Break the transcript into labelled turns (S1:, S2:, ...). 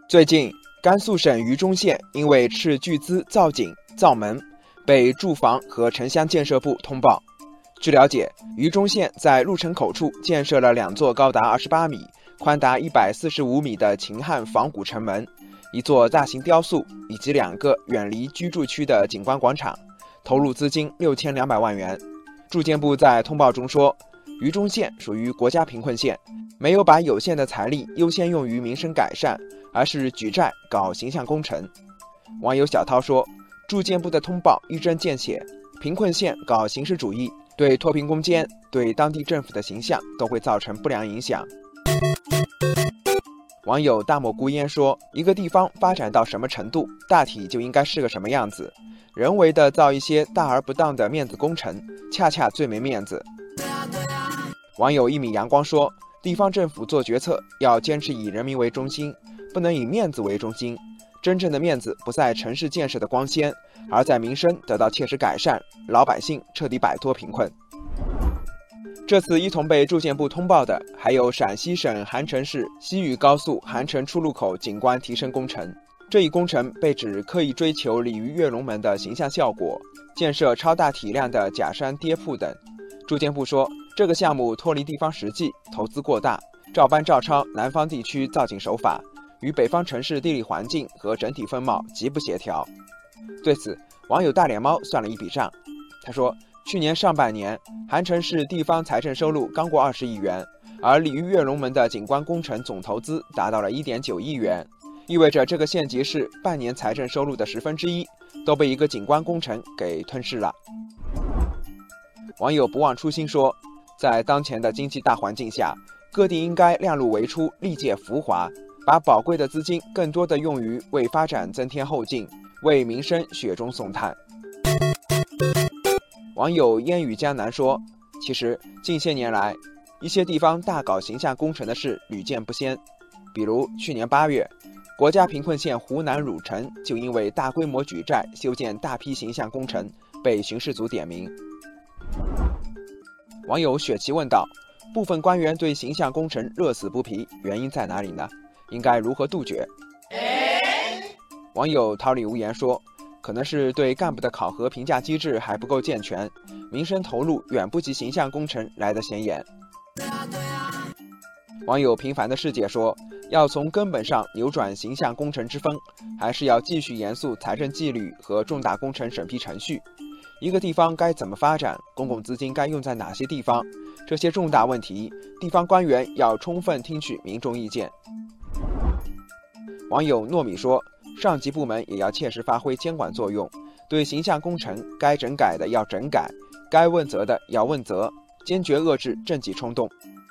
S1: 最近，甘肃省榆中县因为斥巨资造井造门，被住房和城乡建设部通报。据了解，榆中县在入城口处建设了2座高达28米、宽达145米的秦汉仿古城门，一座大型雕塑以及2个远离居住区的景观广场，投入资金6200万元。住建部在通报中说，榆中县属于国家贫困县，没有把有限的财力优先用于民生改善，而是举债搞形象工程。网友小涛说，住建部的通报一针见血，贫困县搞形式主义，对脱贫攻坚、对当地政府的形象都会造成不良影响。网友大漠孤烟说，一个地方发展到什么程度，大体就应该是个什么样子。人为的造一些大而不当的面子工程，恰恰最没面子。网友一米阳光说，地方政府做决策要坚持以人民为中心，不能以面子为中心。真正的面子不在城市建设的光鲜，而在民生得到切实改善，老百姓彻底摆脱贫困。这次一同被住建部通报的还有陕西省韩城市西屿高速韩城出入口景观提升工程。这一工程被指刻意追求鲤鱼跃龙门的形象效果，建设超大体量的假山跌瀑等。住建部说，这个项目脱离地方实际，投资过大，照搬照抄南方地区造景手法，与北方城市地理环境和整体风貌极不协调。对此，网友大脸猫算了一笔账，他说，去年上半年，韩城市地方财政收入刚过20亿元，而鲤鱼跃龙门的景观工程总投资达到了1.9亿元，意味着这个县级市半年财政收入的1/10都被一个景观工程给吞噬了。网友不忘初心说，在当前的经济大环境下，各地应该量入为出，历届浮华，把宝贵的资金更多的用于为发展增添后劲，为民生雪中送炭。网友烟雨江南说，其实近些年来，一些地方大搞形象工程的事屡见不鲜。比如去年8月，国家贫困县湖南汝城就因为大规模举债修建大批形象工程，被巡视组点名。网友雪琪问道，部分官员对形象工程乐此不疲，原因在哪里呢？应该如何杜绝？网友桃李无言说，可能是对干部的考核评价机制还不够健全，民生投入远不及形象工程来得显眼。网友平凡的世界说，要从根本上扭转形象工程之风，还是要继续严肃财政纪律和重大工程审批程序。一个地方该怎么发展，公共资金该用在哪些地方，这些重大问题，地方官员要充分听取民众意见。网友糯米说，上级部门也要切实发挥监管作用，对形象工程该整改的要整改，该问责的要问责，坚决遏制政绩冲动。